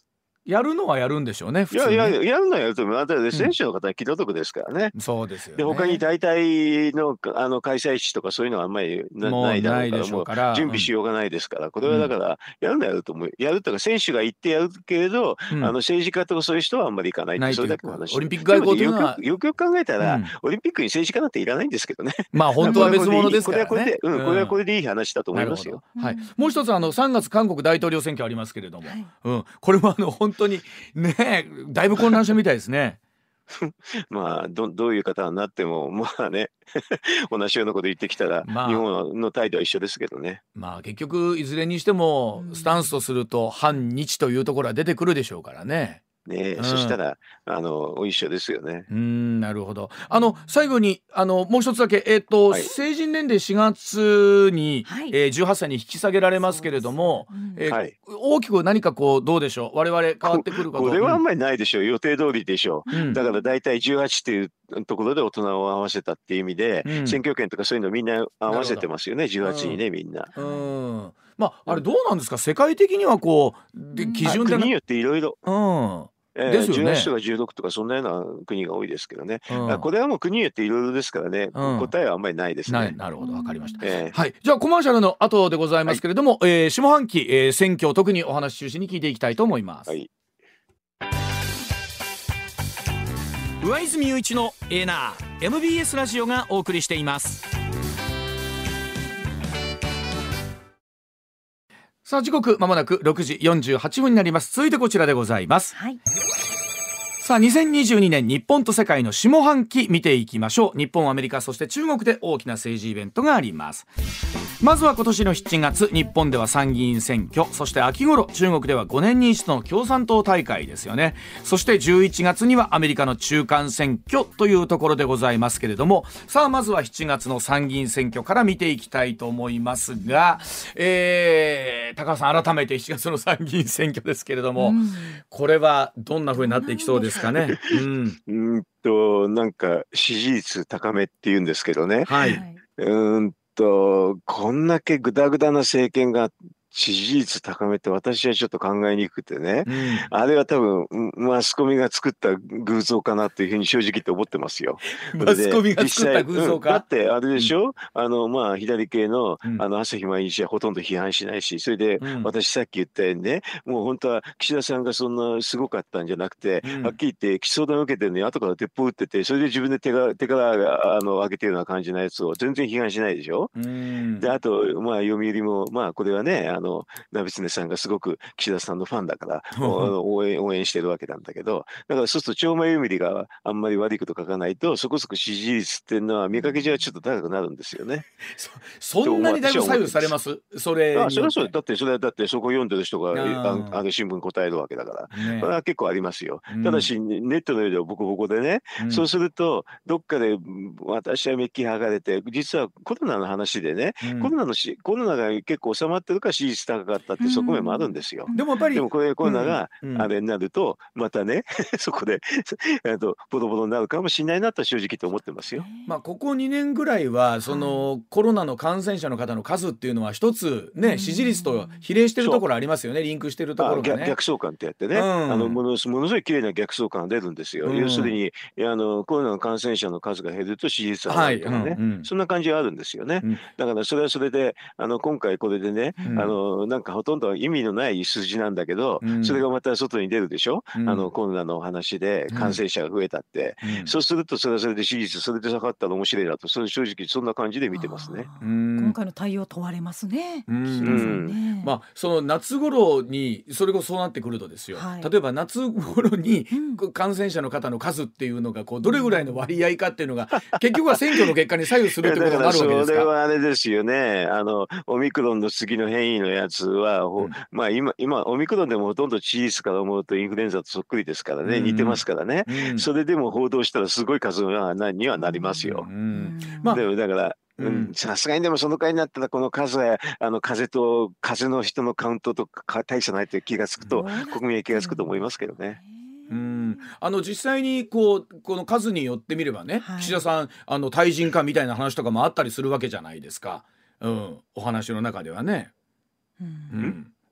やるのはやるんでしょうね、普いや通にね。 いや、やるのはやると思う。あとで選手の方は気の毒ですからね。 そうですよね。 で、他に代替の、あの開催地とかそういうのはあんまりな、 もうないだろうから、 ないでしょもううから準備しようがないですから、これはだから、やるのはやると思う。やるとか、選手が行ってやるけれど、 うんあの政治家とかそういう人はあんまり行かないって、それないというだけの話。 オリンピック外交というのはでもよくよくよく考えたら、 うんオリンピックに政治家なんていらないんですけどね。 まあ本当は別物ですからね。 これはこれで、うん、これはこれでいい話だと思いますよ。 はい、もう一つあのさんがつ韓国大統領選挙ありますけれども、はい、うん、これもあの本当にねだいぶ混乱したみたいですね。 まあ ど, どういう方になってもまあね同じようなこと言ってきたら、まあ、日本の態度は一緒ですけどね。 まあ結局いずれにしてもスタンスとすると反日というところは出てくるでしょうからね。 ね、うん、そしたらあの一緒ですよね。 うん、なるほど。あの最後にあのもう一つだけ、えーとはい、成人年齢しがつに、はい、えー、じゅうはっさいに引き下げられますけれども、うんえーはい、大きく何かこうどうでしょう、我々変わってくるかと。 これはあんまりないでしょう、予定通りでしょう、うん、だからだいたいじゅうはちっていうところで大人を合わせたっていう意味で、うん、選挙権とかそういうのみんな合わせてますよね、じゅうはちにね、みんな。 うん、まああれどうなんですか、世界的にはこうで基準で国によっていろいろ。 うんえー、ですよね、じゅうはちとかじゅうろくとかそんなような国が多いですけどね、うん、これはもう国によっていろいろですからね、うん、答えはあんまりないですね。な, なるほど、わかりました、 えーはい、じゃあコマーシャルの後でございますけれども、はい、えー、下半期、えー、選挙特にお話中心に聞いていきたいと思います。はい、上泉雄一のエーナー エムビーエス ラジオがお送りしています。さあ時刻まもなくろくじよんじゅうはちふんになります。続いてこちらでございます。はい、さあにせんにじゅうにねん日本と世界の下半期見ていきましょう。日本、アメリカ、そして中国で大きな政治イベントがあります。まずは今年のしちがつ、日本では参議院選挙、そして秋頃中国ではごねんに一度の共産党大会ですよね。そしてじゅういちがつにはアメリカの中間選挙というところでございますけれども、さあまずはしちがつの参議院選挙から見ていきたいと思いますが、えー、高橋さん、改めてしちがつの参議院選挙ですけれども、うん、これはどんな風になっていきそうですかね。うん、 うんとなんか支持率高めっていうんですけどね、 はい、 うんとこんだけグダグダな政権が支持率高めって私はちょっと考えにくくてね、うん、あれは多分マスコミが作った偶像かなというふうに正直言って思ってますよ。 マスコミが作った偶像か、 うん、だってあれでしょ、うん、あのまあ左系の、うん、あの朝日毎日はほとんど批判しないし、それで、うん、私さっき言ったようにね、もう本当は岸田さんがそんなすごかったんじゃなくて、うん、はっきり言って起訴談を受けてるのに後から鉄砲撃ってて、それで自分で手が手からあの上げてるような感じのやつを全然批判しないでしょ。うん、であとまあ読売もまあこれはね、あのナベツネさんがすごく岸田さんのファンだから応援、応援してるわけなんだけど、だからそうすると超前読売があんまり悪いこと書かないとそこそこ支持率っていうのは見かけ上はちょっと高くなるんですよね。 そ, そんなにだいぶ左右されます？それあそれはそうだってそれはだってそこ読んでる人がああの新聞答えるわけだから、ね、これは結構ありますよ。ただし、うん、ネットの上ではボコボコでね、うん、そうするとどっかで私はメッキ剥がれて、実はコロナの話でね、うん、コロナのしコロナが結構収まってるから支持率高かったって側面もあるんですよ。 でもやっぱりでもこれコロナがあれになるとまたね、うん、そこでとボロボロになるかもしれないなと正直と思ってますよ。 まあここにねんぐらいはその、はい、コロナの感染者の方の数っていうのは一つね、支持率と比例してるところありますよね。リンクしてるところがね。 逆, 逆相関ってやってね、うん、あのものすごい綺麗な逆相関が出るんですよ。うん、要するにあのコロナの感染者の数が減ると支持率が上がるとかね、はいうんうん、そんな感じがあるんですよね。うん、だからそれはそれであの今回これでね、うん、あのなんかほとんど意味のない数字なんだけど、うん、それがまた外に出るでしょ、うん、あのコロナの話で感染者が増えたって、うん、そうするとそれはそれで支持率それで下がったら面白いなと、それ正直そんな感じで見てますね。 今回の対応問われますね。うん、 ね、まあその夏頃にそれこそそうなってくるとですよ、はい、例えば夏頃に感染者の方の数っていうのがこうどれぐらいの割合かっていうのが結局は選挙の結果に左右するってことになるわけですか。 それはあれですよね、あのオミクロンの次の変異のやつは、うん、まあ今今オミクロンでもほとんど致死率から思うとインフルエンザとそっくりですからね、うん、似てますからね、うん、それでも報道したらすごい数にはなりますよ。うんうんまあ、でもだからさすがにでもその回になったらこの数はあの風と風の人のカウントとか大差ないという気がつくと国民は気がつくと思いますけどね。 うんあの実際にこうこの数によってみればね、はい、岸田さんあの対人化みたいな話とかもあったりするわけじゃないですか、うん、お話の中ではね、うんうん、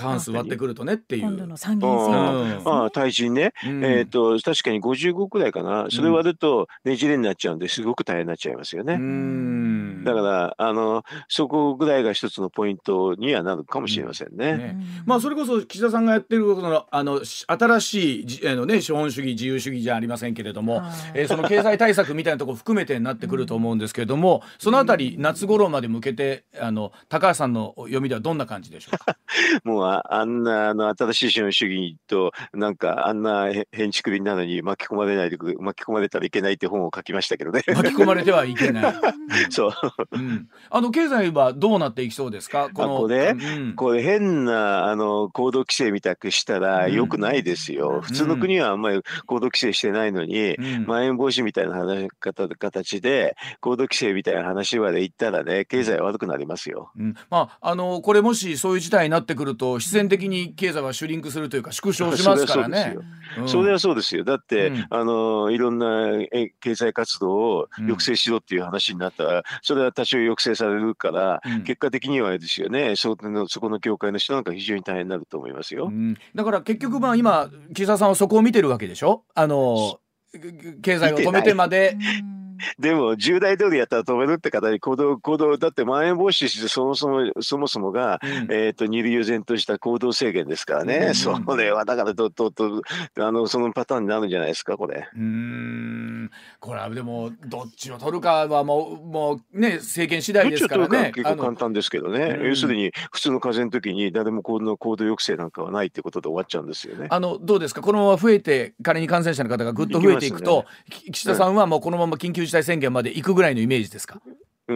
過半数割ってくるとねっていう今度の参議院選挙ですね。 ああ、対人ね、うん、えっ、ー、と確かにごじゅうごくらいかな、それ割るとねじれになっちゃうんですごく大変になっちゃいますよね。うんだからあのそこぐらいが一つのポイントにはなるかもしれませんね。うんねまあ、それこそ岸田さんがやってることのあの新しいじあの、ね、資本主義自由主義じゃありませんけれども、えー、その経済対策みたいなところ含めてになってくると思うんですけれども、うん、そのあたり夏頃まで向けてあの高橋さんの読みではどんな感じでしょうか。 もう あ, あんなあの新しい資本主義となんかあんな変築便なのに巻き込まれないで巻き込まれたらいけないって本を書きましたけどね。 巻き込まれてはいけない、 うん、そう、 うん、あの経済はどうなっていきそうですか。このこれ、うん、これ変なあの行動規制みたくしたらよくないですよ、うん、普通の国はあんまり行動規制してないのに、うん、まん延防止みたいな話形で行動規制みたいな話まで言ったらね経済は悪くなりますよ、 うんまあ、あのこれもしそういう事態になってくると必然的に経済はシュリンクするというか縮小しますからね。 それはそうですよ、だって、うん、あのいろんな経済活動を抑制しろっていう話になったら、うん、それは多少抑制されるから、うん、結果的にはですよね、そのそこの業界の人なんか非常に大変になると思いますよ、うん、 だから結局まあ今岸田さんはそこを見てるわけでしょ。あの経済を止めてまででも従来通りやったら止めるって方に行動行動だってまん延防止してそもそもそもそもが、うん、えー、と二類を前とした行動制限ですからね、うん、それはだからどどどあのそのパターンになるんじゃないですかこれ。 うーんこれはでもどっちを取るかはもうもうね政権次第ですからね。どっちを取るか結構簡単ですけどね、要するに普通の風邪の時に誰も行動行動抑制なんかはないってことで終わっちゃうんですよね。 あのどうですか、このまま増えて仮に感染者の方がぐっと増えていくと、ね、岸田さんはもうこのまま緊急事態宣言まで行くぐらいのイメージですか。 うん、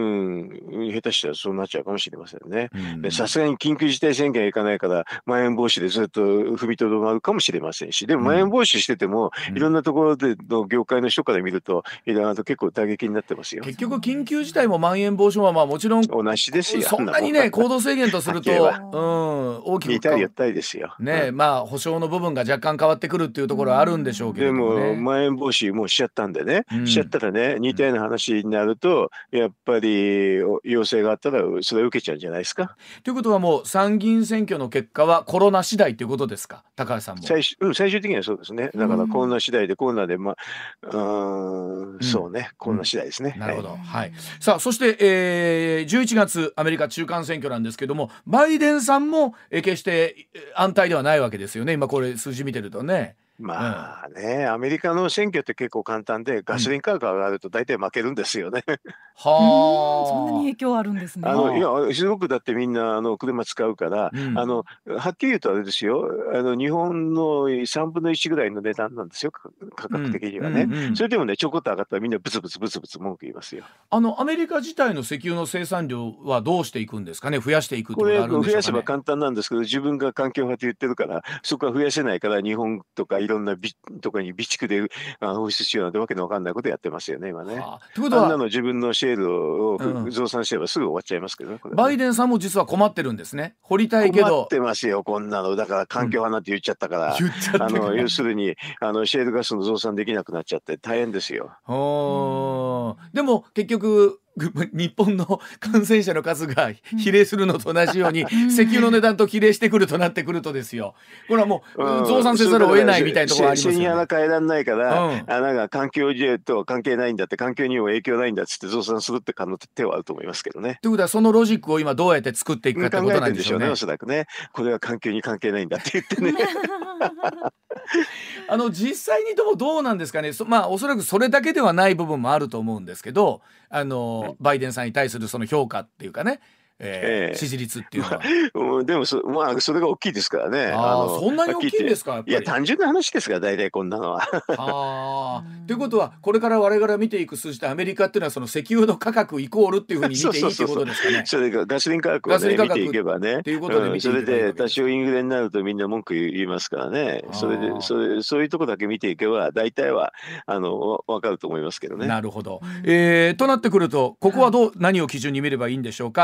下手したらそうなっちゃうかもしれませんね。さすがに緊急事態宣言はいかないからまん延防止でずっと踏みとどまるかもしれませんし、でもまん延防止してても、うん、いろんなところでの業界の人から見るといろんなと結構打撃になってますよ。 結局緊急事態もまん延防止もまあもちろん同じですよ。 そんなにね行動制限とすると、うん、大きく似たり寄ったりですよね、うん、まあ保証の部分が若干変わってくるっていうところはあるんでしょうけれどもね。 でもまん延防止もうしちゃったんでね、うん、しちゃったらね似たような話になるとやっぱり要請があったらそれを受けちゃうんじゃないですか。 ということはもう参議院選挙の結果はコロナ次第ということですか、高橋さんも。 最終、うん、最終的にはそうですね。だからコロナ次第でコロナでまあ、うん、そうね、コロナ次第ですね、 うん、なるほど、はいはい、さあそして、えー、じゅういちがつアメリカ中間選挙なんですけどもバイデンさんも、えー、決して安泰ではないわけですよね今これ数字見てるとね。 まあね、うん、アメリカの選挙って結構簡単でガソリン価格が上がると大体負けるんですよね、うん、 はあそんなに影響あるんですね。 あのいやすごくだってみんなあの車使うから、うん、あのはっきり言うとあれですよ、あの日本のさんぶんのいちぐらいの値段なんですよ価格的にはね、うんうんうん、それでもねちょこっと上がったらみんなブツブツブツブツ文句言いますよ。 あのアメリカ自体の石油の生産量はどうしていくんですかね、増やしていくってことがあるんでしょうかね。 これ増やせば簡単なんですけど自分が環境派と言ってるからそこは増やせないから日本とかいろんなとかに備蓄で放出しようなんてわけのわかんないことやってますよね今ね。はあ、ということはあんなの自分のシェールを増産すればすぐ終わっちゃいますけどね、これね。 バイデンさんも実は困ってるんですね。掘りたいけど困ってますよこんなの。だから環境派なんて言っちゃったから、うん、言っちゃったからあの要するにあのシェールガスの増産できなくなっちゃって大変ですよ。 はあ、でも結局日本の感染者の数が比例するのと同じように、うん、石油の値段と比例してくるとなってくるとですよ、これはもう増産せざるを得ないみたいなところありますよね。 背に穴変えられないから、うん、あなんか環境と関係ないんだって環境にも影響ないんだっつって増産するって可能手はあると思いますけどね。 ということはそのロジックを今どうやって作っていくかってことなんでしょうね。考えてるんでしょうね、 おそらくね。これは環境に関係ないんだって言ってねあの実際にでもどうなんですかね。そまあおそらくそれだけではない部分もあると思うんですけど、あのバイデンさんに対するその評価っていうかね、えーえー、支持率っていうのは、 まあ、でも そ,、まあ、それが大きいですからね。 ああそんなに大きいんですか。やっぱりいや単純な話ですから大体こんなのはあということはこれから我々見ていく数字でアメリカっていうのはその石油の価格イコールっていうふうに見ていいっていうことですかね。 それがガソリン価格を、ね、見ていけばねっていうことで見ていけばいいわけです。それで多少インフレになるとみんな文句言いますからね。それでそれそういうとこだけ見ていけば大体はあの分かると思いますけどね。 なるほど、えー、となってくるとここはどう何を基準に見ればいいんでしょうか。さあ共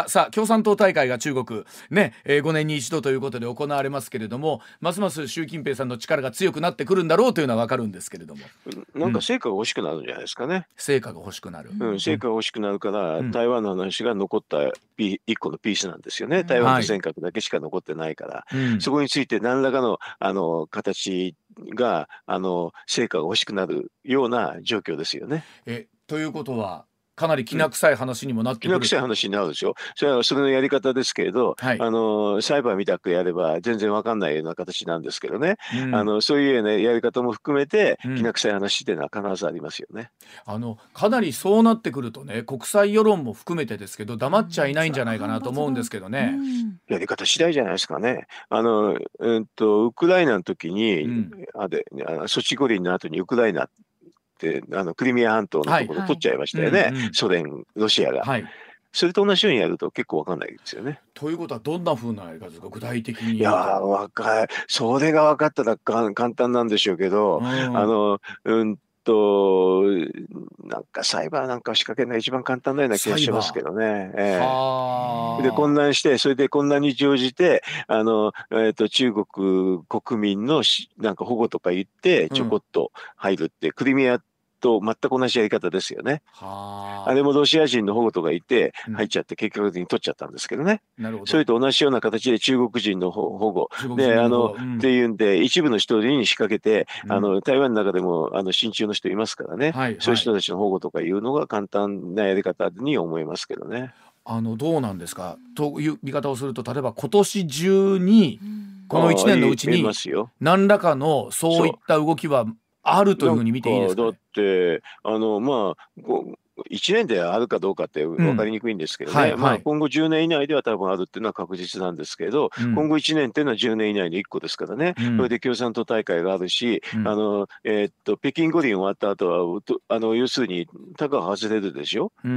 共産党大会が中国ね、えー、ごねんに一度ということで行われますけれども、ますます習近平さんの力が強くなってくるんだろうというのは分かるんですけれども、 なんか成果が欲しくなるんじゃないですかね。 成果が欲しくなる、 うん、成果が欲しくなるから、うん、台湾の話が残ったいっこのピースなんですよね。台湾と尖閣だけしか残ってないから、はい、そこについて何らかのあの形があの成果が欲しくなるような状況ですよね。 えということはかなりきな臭い話にもなってくる、 きな臭い話になるでしょ。それはそれのやり方ですけれど、はい、あの裁判みたくやれば全然わかんないような形なんですけどね、うん、あのそういうようなやり方も含めて、うん、きな臭い話っていうのは必ずありますよね。 あのかなりそうなってくるとね、国際世論も含めてですけど黙っちゃいないんじゃないかなと思うんですけどね、うん、 やり方次第じゃないですかね。あの、えっと、ウクライナの時に、うん、あでソチ五輪の後にウクライナであのクリミア半島のところ取っちゃいましたよね、はいはい、うんうん、ソ連ロシアが、はい、それと同じようにやると結構わかんないですよね。 ということはどんな風なやり方ですか、具体的に。 いやーわかいそれが分かったらか簡単なんでしょうけど、うん、あのうんとなんかサイバーなんかを仕掛けるのが一番簡単なような気がしますけどね。えー、で混乱してそれで混乱に乗じてあの、えー、と中国国民のなんか保護とか言ってちょこっと入るって、うん、クリミアと全く同じやり方ですよね。はあれもロシア人の保護とかいて入っちゃって結果的に取っちゃったんですけどね、うん、なるほど。それと同じような形で中国人の保護であの、うん、っていうんで一部の人に仕掛けて、うん、あの台湾の中でもあの親中の人いますからね、はいはい、そういう人たちの保護とかいうのが簡単なやり方に思いますけどね。 あのどうなんですかという見方をすると、例えば今年中にこのいちねんのうちに何らかのそういった動きはあるというふうに見ていいですかね。 だってあのまあいちねんであるかどうかって分かりにくいんですけどね、うんはいはい、まあ、今後じゅうねん以内では多分あるっていうのは確実なんですけど、うん、今後いちねんっていうのはじゅうねん以内のいっこですからね、うん、それで共産党大会があるし、うん、あのえー、っと北京五輪終わった後はあの要するにタガ外れるでしょ、うん、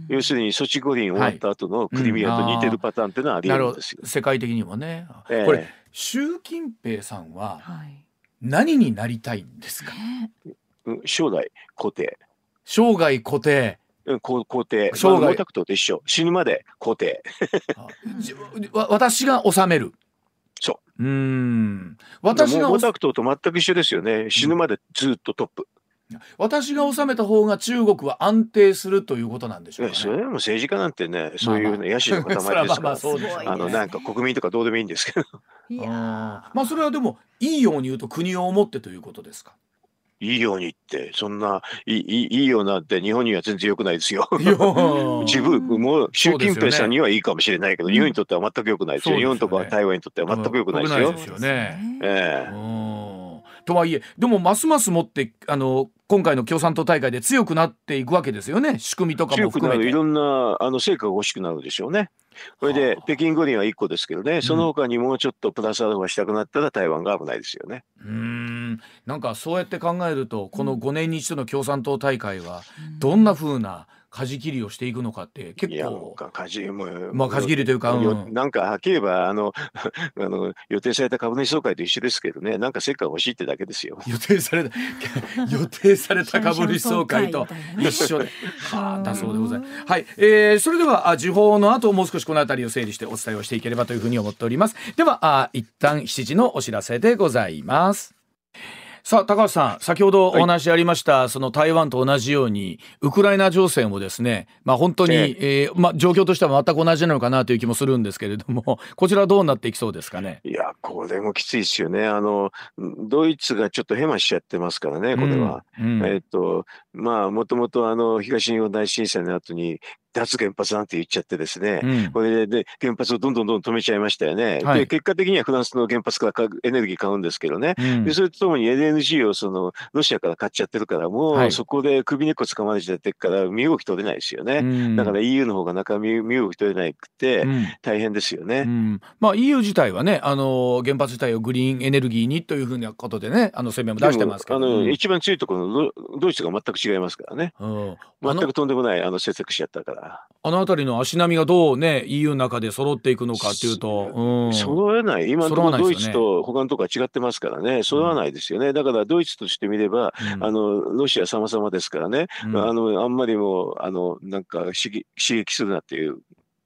要するにソチ五輪終わった後のクリミアと似てるパターンっていうのはあり得るんですよ、 うん、世界的にもね、えー、これ習近平さんは何になりたいんですか。 将来固定生涯固定皇帝、生涯毛沢東と一緒、死ぬまで皇帝私が治める。 そううーん私が毛沢東と全く一緒ですよね。死ぬまでずっとトップ、 うん、私が治めた方が中国は安定するということなんでしょうかね。 それでも政治家なんてね、そういう、ね、野心の塊ですからあのなんか国民とかどうでもいいんですけどいやまあそれはでもいいように言うと国を思ってということですか。 いいようにってそんないい、いいようなって日本には全然良くないですよ自分もう習近平さんにはいいかもしれないけど、ね、日本にとっては全く良くないですよ、うん、日本とか台湾にとっては全く良くないですよ。 良くないですよね、 ええー、とはいえでもますますもってあの今回の共産党大会で強くなっていくわけですよね。仕組みとかも含めて強くなるいろんなあの成果が欲しくなるでしょうね。これで北京五輪はいっこですけどね、その他にもうちょっとプラスアルファしたくなったら台湾が危ないですよね。 うーんなんかそうやって考えるとこのごねんに一度の共産党大会はどんな風な舵切りをしていくのかって結構いや舵もまあ舵切りというか、 うん、なんかはっきり言えばあのあの予定された株主総会と一緒ですけどね、なんか成果が欲しいってだけですよ。 予定された予定された株主総会と一緒ではあだそうでございます。はい、えー、それでは時報の後もう少しこのあたりを整理してお伝えをしていければというふうに思っております。ではあ一旦しちじのお知らせでございます。さあ高橋さん、先ほどお話ありました、はい、その台湾と同じようにウクライナ情勢もですね、まあ、本当に、ええーまあ、状況としては全く同じなのかなという気もするんですけれども、こちらはどうなっていきそうですかね。 いやこれもきついですよね。あのドイツがちょっとヘマしちゃってますからねこれは、うんうん、えっとまあもともとあの東日本大震災の後に脱原発なんて言っちゃってですね、うん、これで原発をどんどんどんどん止めちゃいましたよね、はい、で結果的にはフランスの原発からエネルギー買うんですけどね、うん、でそれとともに エルエヌジー をそのロシアから買っちゃってるからもう、はい、そこで首根っこ掴まれちゃってるから身動き取れないですよね、うん、だから イーユー の方が中身身動き取れなくて大変ですよね、うんうんまあ、イーユー 自体はねあの原発自体をグリーンエネルギーにというふうなことでねあの声明も出してますけど、あの、 うん、一番強いところのドイツが全く違いますからね、うん、全くとんでもないあの節約しちゃったから、 あのあたりの足並みがどうね イーユー の中で揃っていくのかっていうと、 うん、揃わない今のところドイツと他のところは違ってますからね、揃わないですよね、うん、だからドイツとしてみれば、うん、あのロシア様々ですからね、うん、あのあんまりもあのなんか刺激、刺激するなっていう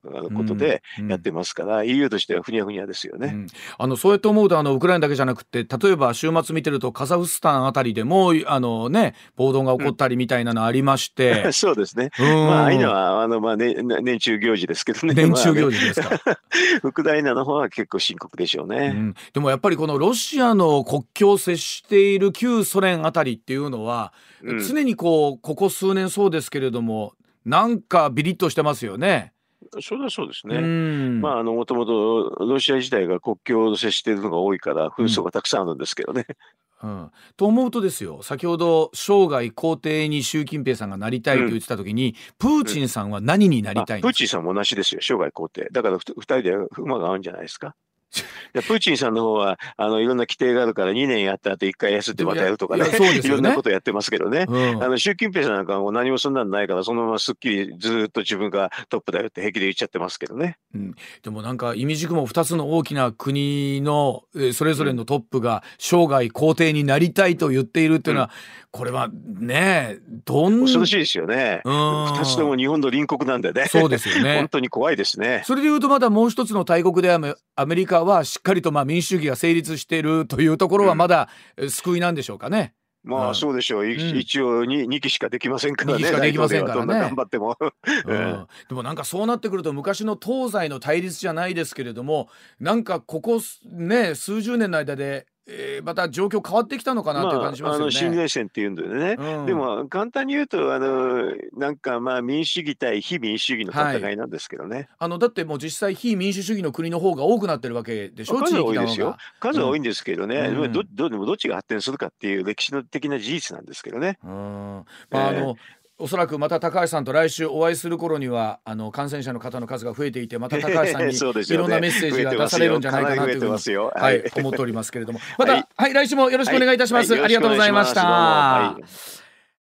ことでやってますから、うん、イーユー としてはふにゃふにゃですよね、うん、 あのそうやって思うとあのウクライナだけじゃなくて、例えば週末見てるとカザフスタンあたりでもあの、ね、暴動が起こったりみたいなのありまして、 うん、そうですね、まあああいうのはあの、まあね、年中行事ですけどね。 年中行事ですか、まあね、 ウクライナの方は結構深刻でしょうね、うん、 でもやっぱりこのロシアの国境を接している旧ソ連あたりっていうのは、うん、常にこうここ数年そうですけれどもなんかビリッとしてますよね。 それはそうですね。まああのもともとロシア自体が国境を接しているのが多いから紛争がたくさんあるんですけどね。 うんうん、と思うとですよ、先ほど生涯皇帝に習近平さんがなりたいと言ってた時に、うん、プーチンさんは何になりたいんですか。 プーチンさんも同じですよ、生涯皇帝だからふふたりで馬が合うんじゃないですか。プーチンさんの方はあのいろんな規定があるからにねんやった後いっかい休んでまたやるとかね、いろんなことやってますけどね、うん、あの習近平さんなんかも何もそんなのないからそのまますっきりずっと自分がトップだよって平気で言っちゃってますけどね、 うん、でもなんか意味軸もふたつの大きな国のそれぞれのトップが生涯皇帝になりたいと言っているっていうのは、うん、これはねどん恐ろしいですよね。ふたつとも日本の隣国なんでね。 そうですよね。 本当に怖いですね。 それでいうとまだもう一つの大国であるアメリカはしっかりとまあ民主主義が成立しているというところはまだ救いなんでしょうかね。 うん、まあそうでしょう、うん、一応 2, 2期しかできませんからね。 にきしかできませんからね。 どんな頑張っても、 うん、でもなんかそうなってくると昔の東西の対立じゃないですけれども、なんかここね数十年の間でえー、また状況変わってきたのかなという感じしますよね。まあ、あの新冷戦っていうんだよね、うん、でも簡単に言うとあのなんかまあ民主主義対非民主主義の戦いなんですけどね、はい、 あのだってもう実際非民主主義の国の方が多くなってるわけでしょ。 数多いですよ、数多いんですけどね、 うん、 ど, ど, どっちが発展するかっていう歴史的な事実なんですけどね、 うん、まああの、えーおそらくまた高橋さんと来週お会いする頃にはあの感染者の方の数が増えていて、また高橋さんにいろんなメッセージが出されるんじゃないかなというふうに、はい、思っておりますけれども、また、はいはい、来週もよろしくお願いいたします、はい、ありがとうございました。